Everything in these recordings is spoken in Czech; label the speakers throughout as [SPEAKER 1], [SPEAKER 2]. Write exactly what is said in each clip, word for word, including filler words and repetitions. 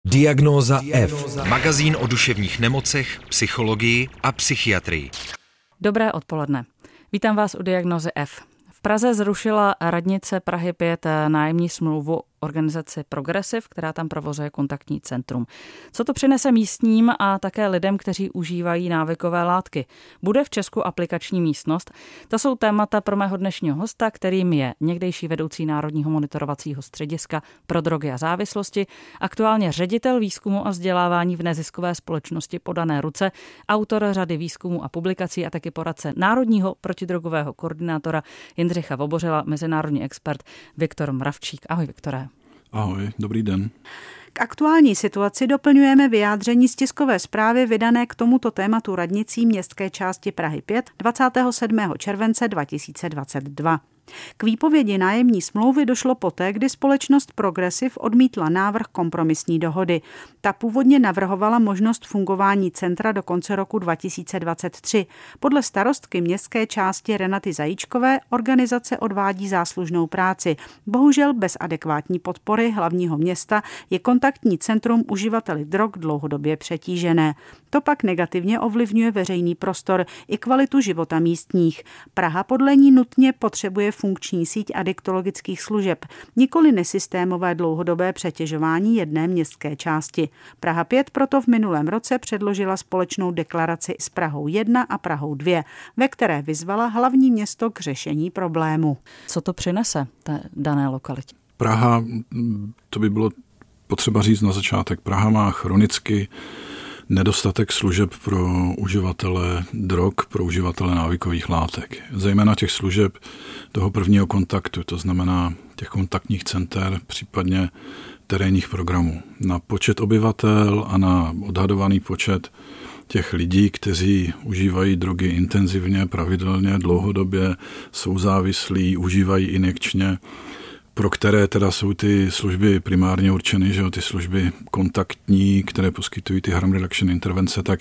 [SPEAKER 1] Diagnóza F.
[SPEAKER 2] Magazín o duševních nemocech, psychologii a psychiatrii.
[SPEAKER 3] Dobré odpoledne. Vítám vás u Diagnózy F. V Praze zrušila radnice Prahy pět nájemní smlouvu organizaci Progressive, která tam provozuje kontaktní centrum. Co to přinese místním a také lidem, kteří užívají návykové látky? Bude v Česku aplikační místnost? To jsou témata pro mého dnešního hosta, kterým je někdejší vedoucí Národního monitorovacího střediska pro drogy a závislosti, aktuálně ředitel výzkumu a vzdělávání v neziskové společnosti Podané ruce, autor řady výzkumů a publikací a taky poradce Národního protidrogového koordinátora Jindřicha Vobořila, mezinárodní expert Viktor Mravčík. Ahoj, Viktore.
[SPEAKER 4] Ahoj, dobrý den.
[SPEAKER 5] K aktuální situaci doplňujeme vyjádření z tiskové zprávy vydané k tomuto tématu radnicí městské části Prahy pět dvacátého sedmého července dva tisíce dvacet dva. K výpovědi nájemní smlouvy došlo poté, kdy společnost Progressive odmítla návrh kompromisní dohody. Ta původně navrhovala možnost fungování centra do konce roku dva tisíce dvacet tři. Podle starostky městské části Renaty Zajíčkové organizace odvádí záslužnou práci. Bohužel bez adekvátní podpory hlavního města je kontaktní centrum uživateli drog dlouhodobě přetížené. To pak negativně ovlivňuje veřejný prostor i kvalitu života místních. Praha podle ní nutně potřebuje funkční síť adiktologických služeb, nikoli nesystémové dlouhodobé přetěžování jedné městské části. Praha pět proto v minulém roce předložila společnou deklaraci s Prahou jedna a Prahou dvě, ve které vyzvala hlavní město k řešení problému.
[SPEAKER 3] Co to přinese té dané lokalitě?
[SPEAKER 4] Praha, to by bylo potřeba říct na začátek, Praha má chronicky nedostatek služeb pro uživatele drog, pro uživatele návykových látek. Zejména těch služeb toho prvního kontaktu, to znamená těch kontaktních center, případně terénních programů. Na počet obyvatel a na odhadovaný počet těch lidí, kteří užívají drogy intenzivně, pravidelně, dlouhodobě, jsou závislí, užívají injekčně, pro které teda jsou ty služby primárně určeny, že jo, ty služby kontaktní, které poskytují ty harm reduction intervence, tak,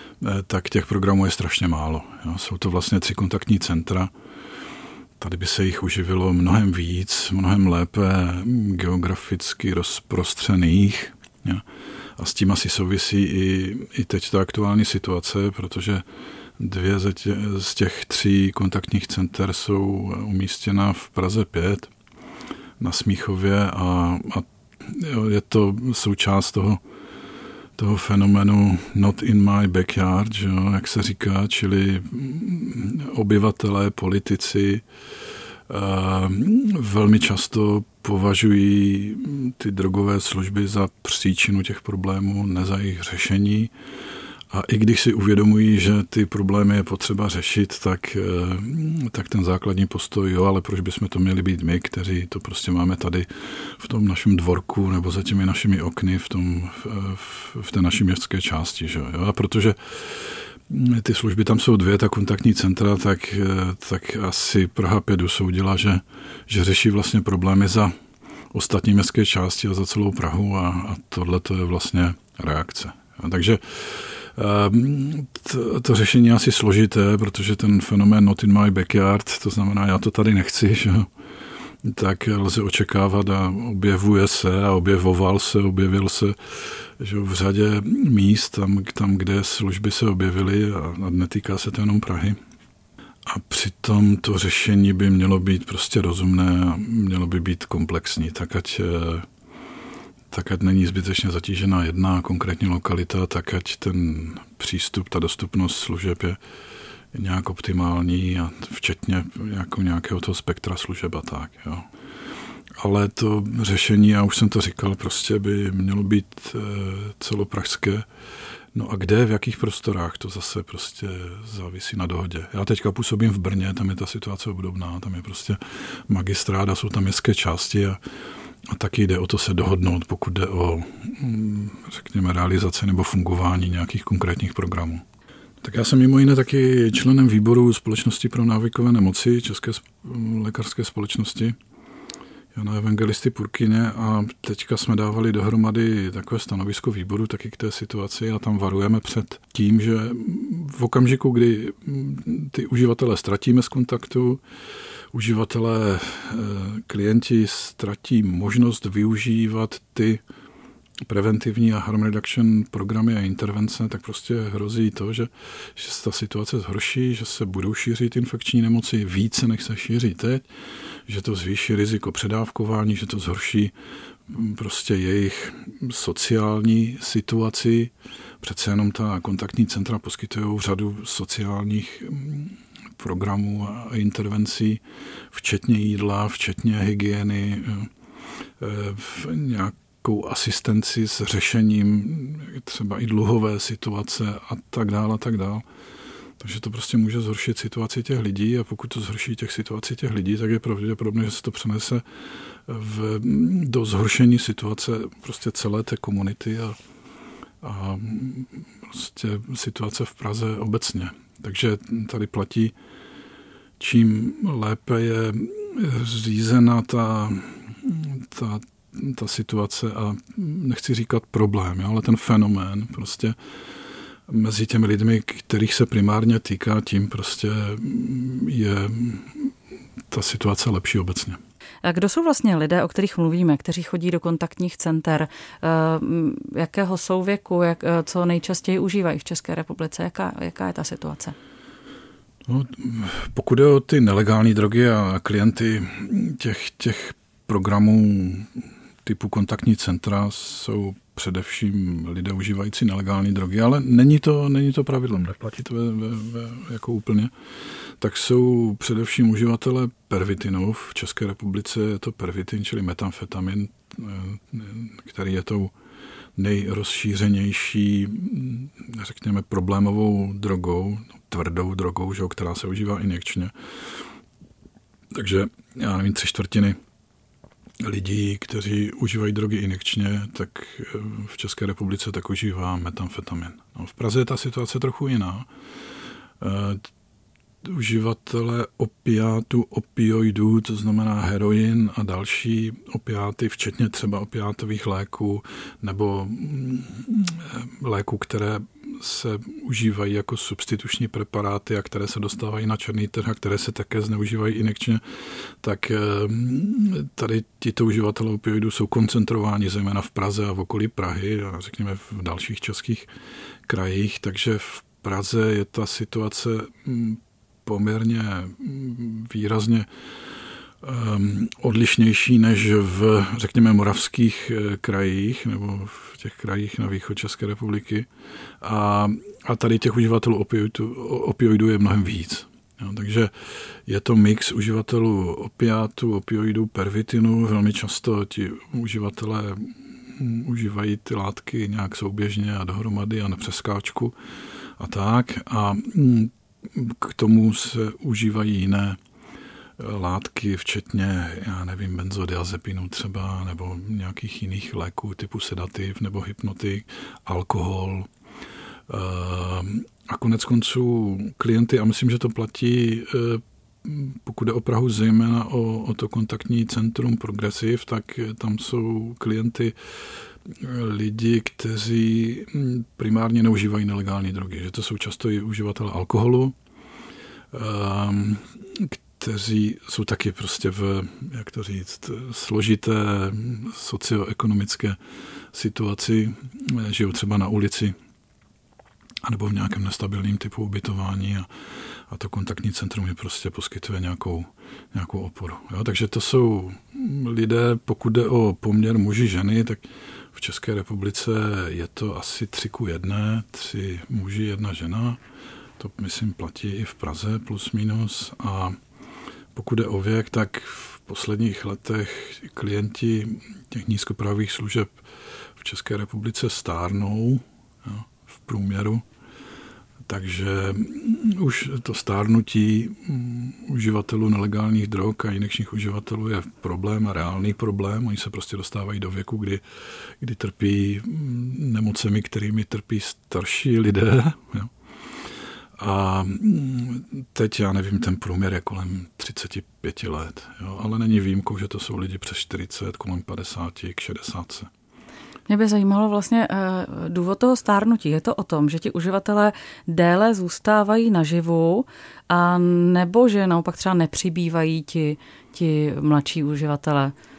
[SPEAKER 4] tak těch programů je strašně málo. Jo. Jsou to vlastně tři kontaktní centra. Tady by se jich uživilo mnohem víc, mnohem lépe geograficky rozprostřených. Jo. A s tím asi souvisí i, i teď ta aktuální situace, protože dvě ze tě, z těch tří kontaktních center jsou umístěna v Praze pět, na Smíchově a, a je to součást toho, toho fenomenu not in my backyard, že jo, jak se říká, čili obyvatelé, politici uh, velmi často považují ty drogové služby za příčinu těch problémů, ne za jejich řešení. A i když si uvědomují, že ty problémy je potřeba řešit, tak, tak ten základní postoj, jo, ale proč bychom to měli být my, kteří to prostě máme tady v tom našem dvorku nebo za těmi našimi okny v, tom, v, v té naší městské části. Že, jo. A protože ty služby tam jsou dvě, ta kontaktní centra, tak, tak asi Praha pět usoudila, že, že řeší vlastně problémy za ostatní městské části a za celou Prahu a, a tohle to je vlastně reakce. A takže To, to řešení je asi složité, protože ten fenomén not in my backyard, to znamená, já to tady nechci, že? Tak lze očekávat a objevuje se a objevoval se, objevil se že v řadě míst, tam, tam, kde služby se objevily a, a netýká se to jenom Prahy. A přitom to řešení by mělo být prostě rozumné a mělo by být komplexní, tak ať tak ať není zbytečně zatížená jedna konkrétní lokalita, tak ať ten přístup, ta dostupnost služeb je nějak optimální a včetně jako nějakého toho spektra služeb a tak. Jo. Ale to řešení, já už jsem to říkal, prostě by mělo být celopražské. No a kde, v jakých prostorách, to zase prostě závisí na dohodě. Já teďka působím v Brně, tam je ta situace obdobná, tam je prostě magistráda, jsou tam městské části a A taky jde o to se dohodnout, pokud jde o, řekněme, realizaci nebo fungování nějakých konkrétních programů. Tak já jsem mimo jiné taky členem výboru Společnosti pro návykové nemoci České lékařské společnosti Jana Evangelisty Purkyně a teďka jsme dávali dohromady takové stanovisko výboru taky k té situaci a tam varujeme před tím, že v okamžiku, kdy ty uživatele ztratíme z kontaktu, uživatelé, klienti ztratí možnost využívat ty preventivní a harm reduction programy a intervence, tak prostě hrozí to, že, že se ta situace zhorší, že se budou šířit infekční nemoci více, než se šíří teď, že to zvýší riziko předávkování, že to zhorší prostě jejich sociální situaci. Přece jenom ta kontaktní centra poskytují řadu sociálních programů a intervencí, včetně jídla, včetně hygieny, nějakou asistenci s řešením třeba i dluhové situace a tak dále a tak dále. Takže to prostě může zhoršit situaci těch lidí a pokud to zhorší těch situaci těch lidí, tak je pravděpodobné, že se to přenese v, do zhoršení situace prostě celé té komunity a, a prostě situace v Praze obecně. Takže tady platí, čím lépe je řízena ta, ta, ta situace a nechci říkat problém, ale ten fenomén prostě mezi těmi lidmi, kterých se primárně týká, tím prostě je ta situace lepší obecně.
[SPEAKER 3] A kdo jsou vlastně lidé, o kterých mluvíme, kteří chodí do kontaktních center? Jakého jsou věku, jak, co nejčastěji užívají v České republice? Jaká, jaká je ta situace?
[SPEAKER 4] No, pokud jde o ty nelegální drogy a klienty těch, těch programů typu kontaktní centra, jsou především lidé užívající nelegální drogy, ale není to, není to pravidlem, neplatí to ve, ve, ve, jako úplně. Tak jsou především uživatelé pervitinu. V České republice je to pervitin, čili metamfetamin, který je tou nejrozšířenější, řekněme, problémovou drogou, tvrdou drogou, že, která se užívá injekčně. Takže, já nevím, tři čtvrtiny lidí, kteří užívají drogy injekčně, tak v České republice tak užívá metamfetamin. No, v Praze je ta situace trochu jiná. E, uživatelé opiátů, opioidů, to znamená heroin a další opiáty, včetně třeba opiátových léků nebo léků, které se užívají jako substituční preparáty a které se dostávají na černý trh a které se také zneužívají injekčně, tak tady tito uživatelé opioidů jsou koncentrováni zejména v Praze a v okolí Prahy a řekněme v dalších českých krajích, takže v Praze je ta situace poměrně výrazně odlišnější než v, řekněme, moravských krajích nebo v těch krajích na východ České republiky. A, a tady těch uživatelů opioidů, opioidů je mnohem víc. Jo, takže je to mix uživatelů opiátů, opioidů, pervitinu. Velmi často ti uživatelé užívají ty látky nějak souběžně a dohromady a na přeskáčku a tak. A k tomu se užívají jiné látky, včetně, já nevím, benzodiazepinu třeba, nebo nějakých jiných léků typu sedativ nebo hypnotik, alkohol. A konec konců klienty, a myslím, že to platí, pokud jde o Prahu, zejména o, o to kontaktní centrum Progressive, tak tam jsou klienty lidi, kteří primárně neužívají nelegální drogy. Že to jsou často i uživatelé alkoholu, kteří jsou taky prostě v, jak to říct, složité socioekonomické situaci, žijou třeba na ulici anebo v nějakém nestabilním typu ubytování a, a to kontaktní centrum je prostě poskytuje nějakou, nějakou oporu. Jo? Takže to jsou lidé, pokud jde o poměr muži ženy, tak v České republice je to asi tři ku jedné, tři muži, jedna žena. To myslím platí i v Praze plus minus a pokud jde o věk, tak v posledních letech klienti těch nízkoprávových služeb v České republice stárnou, jo, v průměru. Takže už to stárnutí uživatelů nelegálních drog a injekčních uživatelů je problém a reálný problém. Oni se prostě dostávají do věku, kdy, kdy trpí nemocemi, kterými trpí starší lidé. Jo. A teď, já nevím, ten průměr je kolem třicet pět let, jo, ale není výjimkou, že to jsou lidi přes čtyřicet, kolem padesát k šedesát.
[SPEAKER 3] Mě by zajímalo vlastně důvod toho stárnutí. Je to o tom, že ti uživatelé déle zůstávají naživu a nebo že naopak třeba nepřibývají ti, ti mladší uživatelé?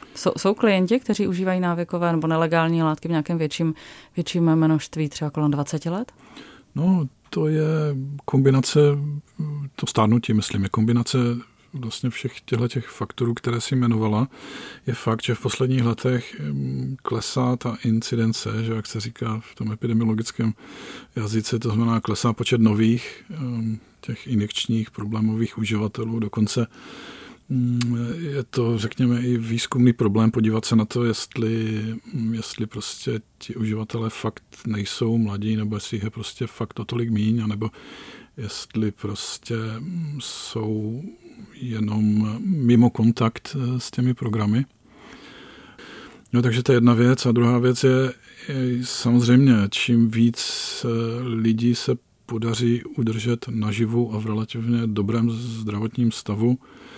[SPEAKER 3] Jsou, jsou klienti, kteří užívají návykové nebo nelegální látky v nějakém větším, větším množství, třeba kolem dvacet let?
[SPEAKER 4] No, to je kombinace, to stárnutí, myslím, je kombinace vlastně všech těchto faktorů, které si jmenovala. Je fakt, že v posledních letech klesá ta incidence, že jak se říká v tom epidemiologickém jazyce, to znamená klesá počet nových těch injekčních problémových uživatelů. Dokonce je to, řekněme, i výzkumný problém podívat se na to, jestli, jestli prostě ti uživatelé fakt nejsou mladí, nebo jestli je prostě fakt o tolik míň, anebo jestli prostě jsou jenom mimo kontakt s těmi programy. No, takže to je jedna věc. A druhá věc je, je samozřejmě, čím víc lidí se podaří udržet naživu a v relativně dobrém zdravotním stavu,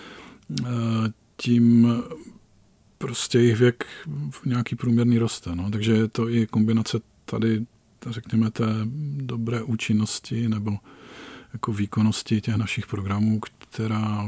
[SPEAKER 4] tím prostě jejich věk v nějaký průměrný roste. No. Takže je to i kombinace tady, řekněme, té dobré účinnosti nebo jako výkonnosti těch našich programů, která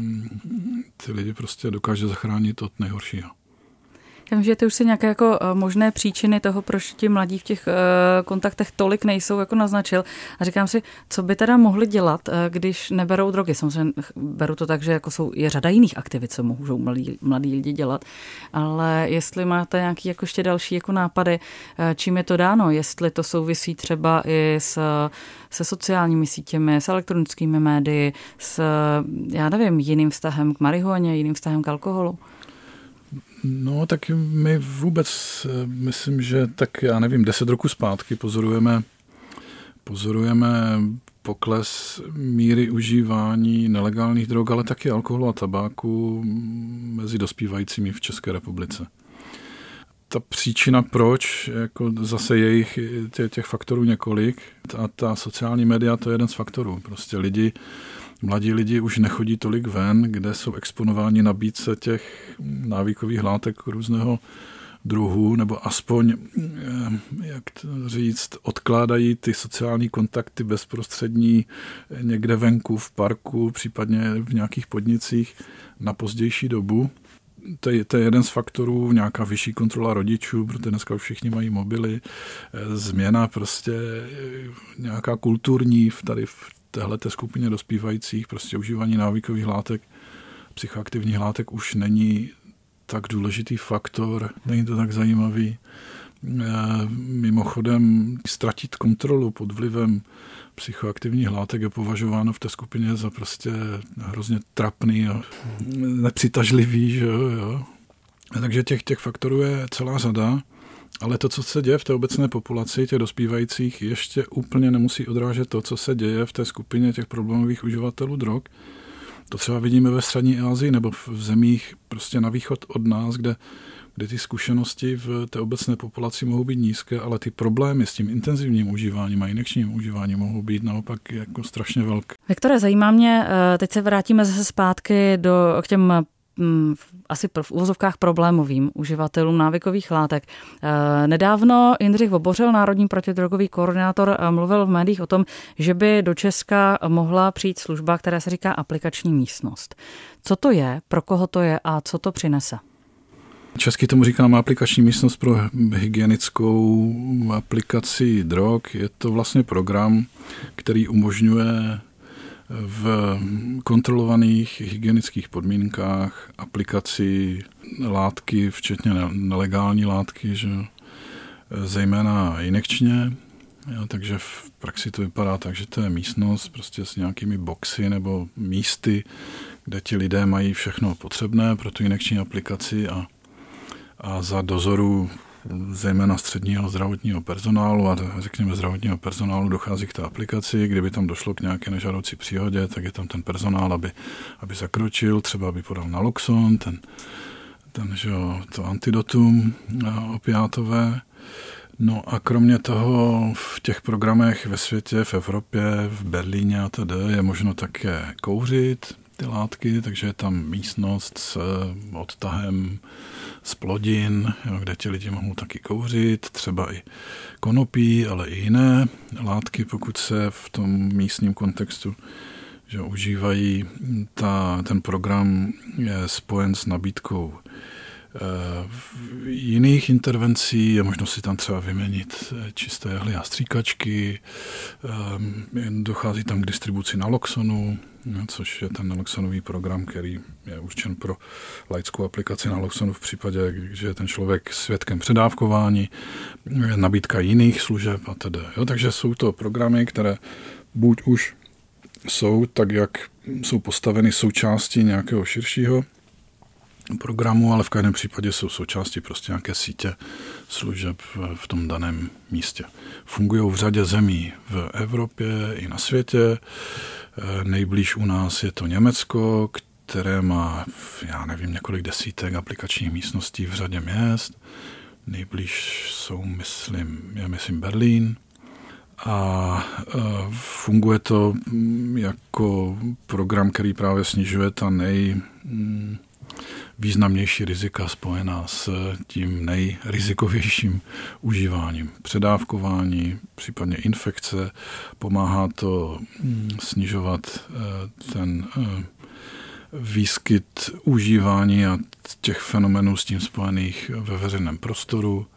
[SPEAKER 4] ty lidi prostě dokáže zachránit od nejhoršího.
[SPEAKER 3] Já vím, že ty už si nějaké jako možné příčiny toho, proč ti mladí v těch kontaktech tolik nejsou, jako naznačil. A říkám si, co by teda mohli dělat, když neberou drogy. Samozřejmě beru to tak, že jako jsou, je řada jiných aktivit, co můžou mladí, mladí lidi dělat. Ale jestli máte nějaké jako ještě další jako nápady, čím je to dáno, jestli to souvisí třeba i s, se sociálními sítěmi, s elektronickými médii, s, já nevím, jiným vztahem k marihuaně, jiným vztahem k alkoholu.
[SPEAKER 4] No, tak my vůbec, myslím, že tak, já nevím, deset roků zpátky pozorujeme, pozorujeme pokles míry užívání nelegálních drog, ale taky alkoholu a tabáku mezi dospívajícími v České republice. Ta příčina proč, jako zase jejich, těch, těch faktorů několik, a ta sociální média, to je jeden z faktorů. Prostě lidi, mladí lidi už nechodí tolik ven, kde jsou exponováni nabídce těch návykových látek různého druhu, nebo aspoň, jak to říct, odkládají ty sociální kontakty bezprostřední někde venku, v parku, případně v nějakých podnicích na pozdější dobu. To je, to je jeden z faktorů, nějaká vyšší kontrola rodičů, protože dneska už všichni mají mobily, změna prostě nějaká kulturní tady v téhleté skupině dospívajících, prostě užívání návykových látek, psychoaktivních látek už není tak důležitý faktor, není to tak zajímavý. Mimochodem, ztratit kontrolu pod vlivem psychoaktivních látek je považováno v té skupině za prostě hrozně trapný a nepřitažlivý. Že jo? Takže těch, těch faktorů je celá řada, ale to, co se děje v té obecné populaci těch dospívajících, ještě úplně nemusí odrážet to, co se děje v té skupině těch problémových uživatelů drog. To třeba vidíme ve střední Asii nebo v zemích prostě na východ od nás, kde, kde ty zkušenosti v té obecné populaci mohou být nízké, ale ty problémy s tím intenzivním užíváním a injekčním užíváním mohou být naopak jako strašně velké.
[SPEAKER 3] Viktore, zajímá mě, teď se vrátíme zase zpátky do, k těm asi v uvozovkách problémovým uživatelům návykových látek. Nedávno Jindřich Vobořil, národní protidrogový koordinátor, mluvil v médiích o tom, že by do Česka mohla přijít služba, která se říká aplikační místnost. Co to je, pro koho to je a co to přinese?
[SPEAKER 4] Česky tomu říkáme aplikační místnost pro hygienickou aplikaci drog. Je to vlastně program, který umožňuje v kontrolovaných hygienických podmínkách aplikaci látky, včetně nelegální látky, že zejména injekčně. Jo, takže v praxi to vypadá tak, že to je místnost prostě s nějakými boxy nebo místy, kde ti lidé mají všechno potřebné pro tu injekční aplikaci a, a za dozoru zejména středního zdravotního personálu a řekněme zdravotního personálu dochází k té aplikaci. Kdyby tam došlo k nějaké nežádoucí příhodě, tak je tam ten personál, aby, aby zakročil, třeba aby podal naloxon, ten, ten, že jo, to antidotum opiátové. No a kromě toho v těch programech ve světě, v Evropě, v Berlíně a tedy je možno také kouřit ty látky, takže je tam místnost s odtahem z plodin, jo, kde ti lidi mohou taky kouřit, třeba i konopí, ale i jiné látky, pokud se v tom místním kontextu že užívají. Ta, ten program je spojen s nabídkou jiných intervencí je možno si tam třeba vyměnit čisté jehly a stříkačky, dochází tam k distribuci naloxonu, což je ten naloxonový program, který je určen pro laickou aplikaci naloxonu v případě, že je ten člověk svědkem předávkování, nabídka jiných služeb a tedy. Jo, takže jsou to programy, které buď už jsou tak, jak jsou postaveny součástí nějakého širšího programu, ale v každém případě jsou součástí prostě nějaké sítě služeb v tom daném místě. Fungují v řadě zemí v Evropě i na světě. Nejblíž u nás je to Německo, které má, já nevím, několik desítek aplikačních místností v řadě měst. Nejblíž jsou, myslím, je myslím Berlín. A funguje to jako program, který právě snižuje ta nejvýznamnější rizika spojená s tím nejrizikovějším užíváním. Předávkování, případně infekce, pomáhá to snižovat ten výskyt užívání a těch fenomenů s tím spojených ve veřejném prostoru.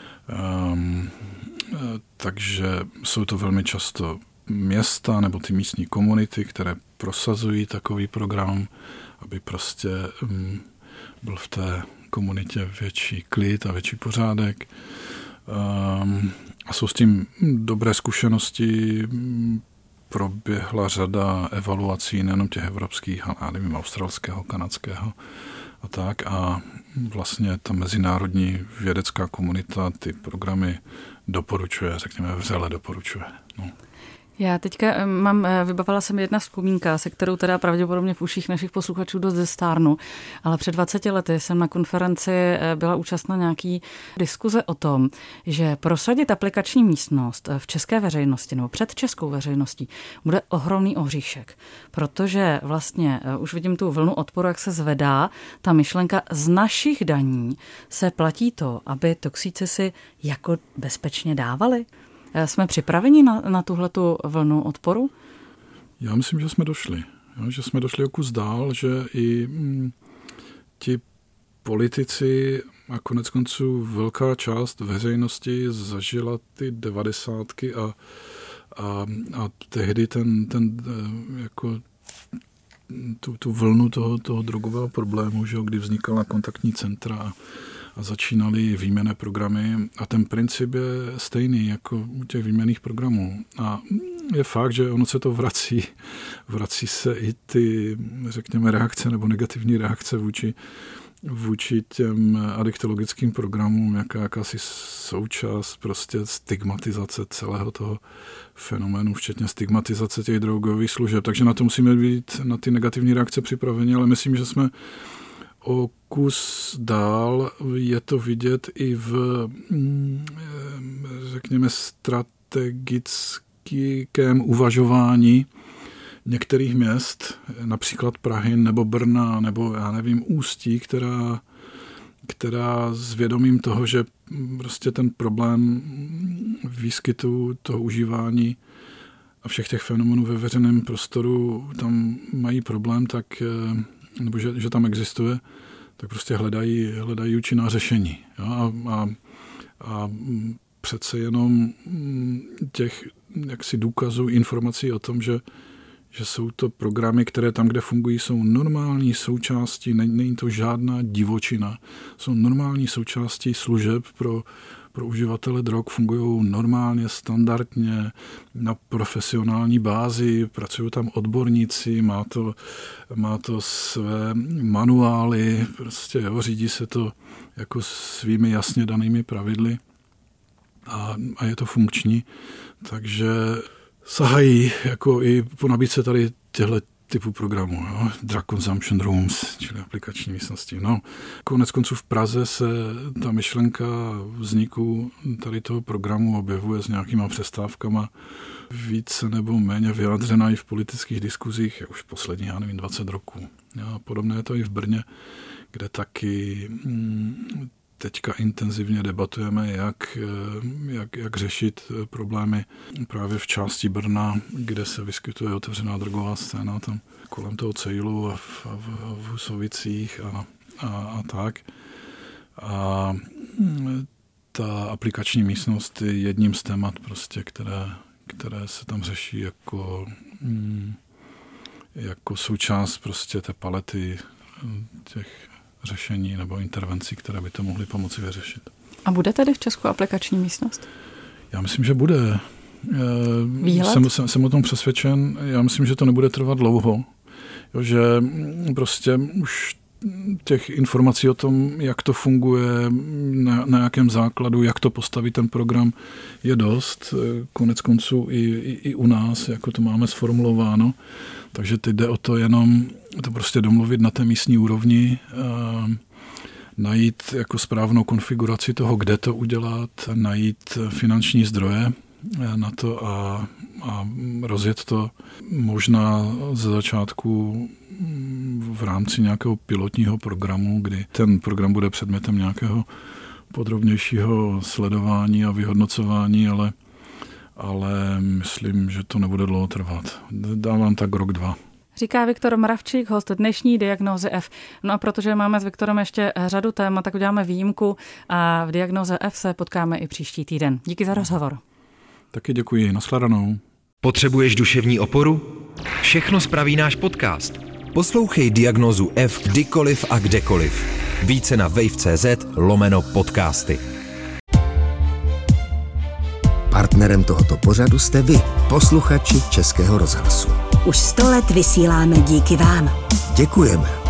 [SPEAKER 4] Takže jsou to velmi často města nebo ty místní komunity, které prosazují takový program, aby prostě byl v té komunitě větší klid a větší pořádek. A jsou s tím dobré zkušenosti. Proběhla řada evaluací nejenom těch evropských, ale já nevím, australského, kanadského a tak. A vlastně ta mezinárodní vědecká komunita ty programy doporučuje, řekněme, vřele doporučuje. No.
[SPEAKER 3] Já teďka mám, vybavila se mi jedna vzpomínka, se kterou teda pravděpodobně v uších našich posluchačů dost zestárnu, ale před dvaceti lety jsem na konferenci byla účastna nějaký diskuze o tom, že prosadit aplikační místnost v české veřejnosti nebo před českou veřejností bude ohromný ohříšek, protože vlastně už vidím tu vlnu odporu, jak se zvedá ta myšlenka, z našich daní se platí to, aby toxíci si jako bezpečně dávali. Jsme připraveni na, na tuhletu vlnu odporu?
[SPEAKER 4] Já myslím, že jsme došli. Jo, že jsme došli o kus dál, že i m, ti politici a konec konců velká část veřejnosti zažila ty devadesátky a, a, a tehdy ten, ten jako tu, tu vlnu toho, toho drogového problému, že, kdy vznikala kontaktní centra a a začínaly výměnné programy a ten princip je stejný jako u těch výměnných programů. A je fakt, že ono se to vrací. Vrací se i ty, řekněme, reakce nebo negativní reakce vůči, vůči těm adiktologickým programům, jaká, jakási součást prostě stigmatizace celého toho fenoménu, včetně stigmatizace těch drogových služeb. Takže na to musíme být, na ty negativní reakce připraveni, ale myslím, že jsme o kus dál. Je to vidět i v, řekněme, strategickém uvažování některých měst, například Prahy nebo Brna nebo já nevím Ústí, která, která s vědomím toho, že prostě ten problém výskytu toho užívání a všech těch fenomenů ve veřejném prostoru tam mají problém, tak nebo že, že tam existuje, tak prostě hledají, hledají účinná řešení. Jo? A, a, a přece jenom těch jaksi důkazů, informací o tom, že, že jsou to programy, které tam, kde fungují, jsou normální součástí, není to žádná divočina, jsou normální součástí služeb pro pro uživatele drog, fungují normálně, standardně, na profesionální bázi, pracují tam odborníci, má to, má to své manuály, prostě jo, řídí se to jako svými jasně danými pravidly a, a je to funkční, takže sahají jako i po nabídce tady těchto typu programu, jo? Drug Consumption Rooms, čili aplikační místnosti. No, konec konců v Praze se ta myšlenka vzniku tady toho programu objevuje s nějakýma přestávkama více nebo méně vyjádřená i v politických diskuzích, už poslední, já nevím, dvacet roků. A podobné je to i v Brně, kde taky hm, teďka intenzivně debatujeme, jak, jak, jak řešit problémy právě v části Brna, kde se vyskytuje otevřená drogová scéna, tam kolem toho Cejlu a v, a v, a v Husovicích a, a, a tak. A ta aplikační místnost je jedním z témat, prostě, které, které se tam řeší jako, jako součást prostě té palety těch řešení nebo intervencí, které by to mohly pomoci vyřešit.
[SPEAKER 3] A bude tedy v Česku aplikační místnost?
[SPEAKER 4] Já myslím, že bude. Jsem, jsem, jsem o tom přesvědčen. Já myslím, že to nebude trvat dlouho. Jo, že prostě už těch informací o tom, jak to funguje, na, na jakém základu, jak to postaví ten program, je dost. Konec konců i, i, i u nás, jako to máme sformulováno. Takže teď jde o to jenom to prostě domluvit na té místní úrovni, najít jako správnou konfiguraci toho, kde to udělat, najít finanční zdroje na to a, a rozjet to možná ze začátku v rámci nějakého pilotního programu, kdy ten program bude předmětem nějakého podrobnějšího sledování a vyhodnocování, ale, ale myslím, že to nebude dlouho trvat. Dávám tak rok, dva.
[SPEAKER 3] Říká Viktor Mravčík, host dnešní Diagnózy F. No a protože máme s Viktorem ještě řadu témat, tak uděláme výjimku a v Diagnóze F se potkáme i příští týden. Díky za rozhovor.
[SPEAKER 4] Taky děkuji, nashledanou.
[SPEAKER 2] Potřebuješ duševní oporu? Všechno spraví náš podcast.
[SPEAKER 1] Poslouchej Diagnózu F kdykoliv a kdekoliv. Více na wave.cz lomeno podcasty.
[SPEAKER 6] Partnerem tohoto pořadu jste vy, posluchači Českého rozhlasu.
[SPEAKER 7] Už sto let vysíláme díky vám.
[SPEAKER 6] Děkujeme.